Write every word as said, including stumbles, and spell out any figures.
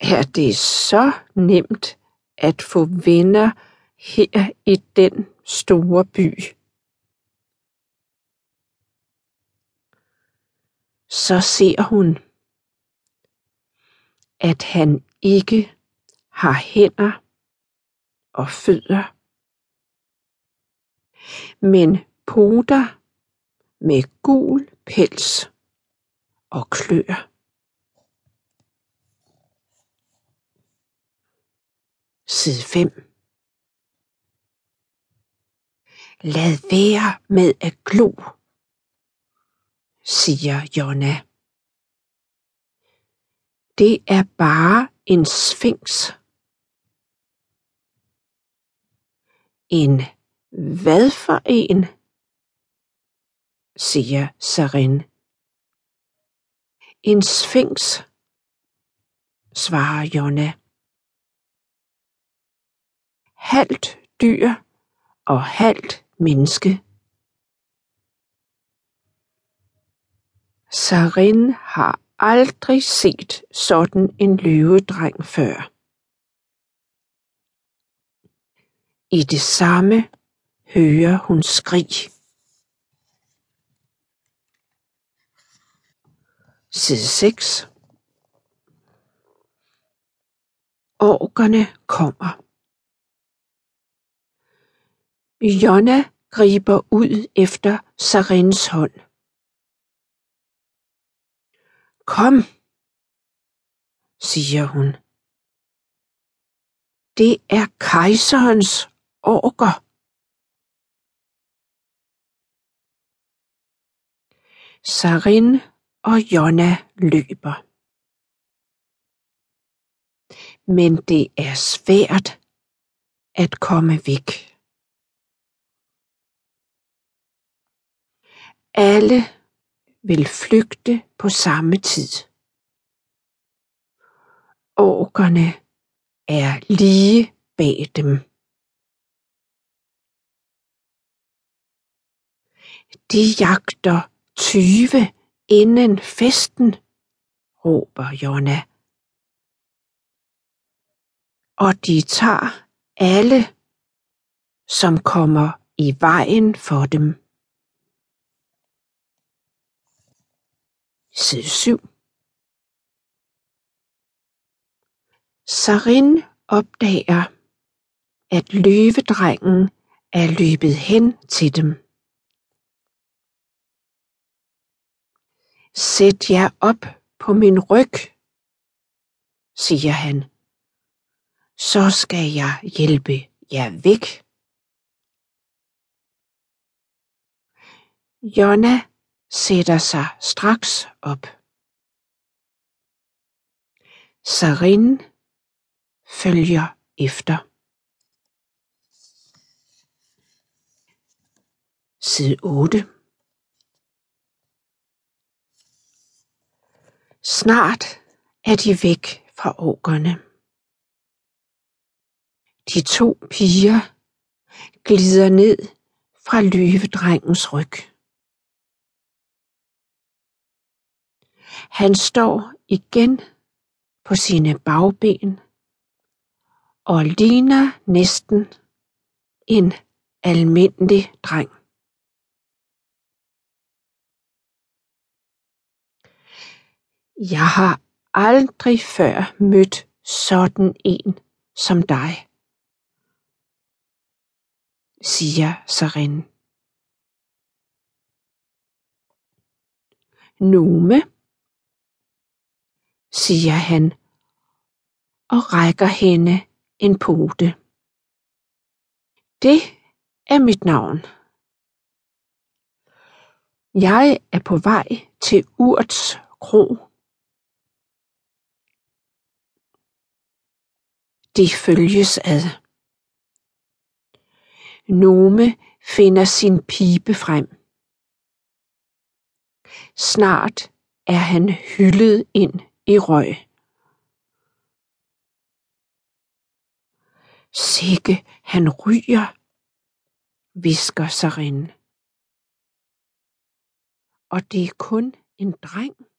er det så nemt at få venner her i den store by. Så ser hun, at han ikke har hænder og fødder, men poter med gul pels og kløer. Side fem. Lad være med at glo, siger Jonna. Det er bare en sfinks. En hvad for en? Siger Sarin. En sfinks, svarer Jonna. Halvt dyr og halvt menneske. Sarin har aldrig set sådan en løvedreng før. I det samme hører hun skrig. Side seks. Orkerne kommer. Jonna griber ud efter Sarins hånd. Kom, siger hun. Det er kejserens orker. Sarin og Jonna løber. Men det er svært at komme væk. Alle vil flygte på samme tid. Orkerne er lige bag dem. De jagter tyve inden festen, råber Jonna. Og de tager alle, som kommer i vejen for dem. Side syv. Sarin opdager, at løvedrengen er løbet hen til dem. Sæt jer op på min ryg, siger han. Så skal jeg hjælpe jer væk. Jonna sætter sig straks op. Sarin følger efter. Side otte. Snart er de væk fra orkerne. De to piger glider ned fra løvedrengens ryg. Han står igen på sine bagben og ligner næsten en almindelig dreng. Jeg har aldrig før mødt sådan en som dig, siger Sarin. Nume, siger han og rækker hende en pote. Det er mit navn. Jeg er på vej til Urts kro. De følges ad. Nume finder sin pibe frem. Snart er han hyldet ind i røg. Sikke han ryger, hvisker Sarin. Og det er kun en dreng.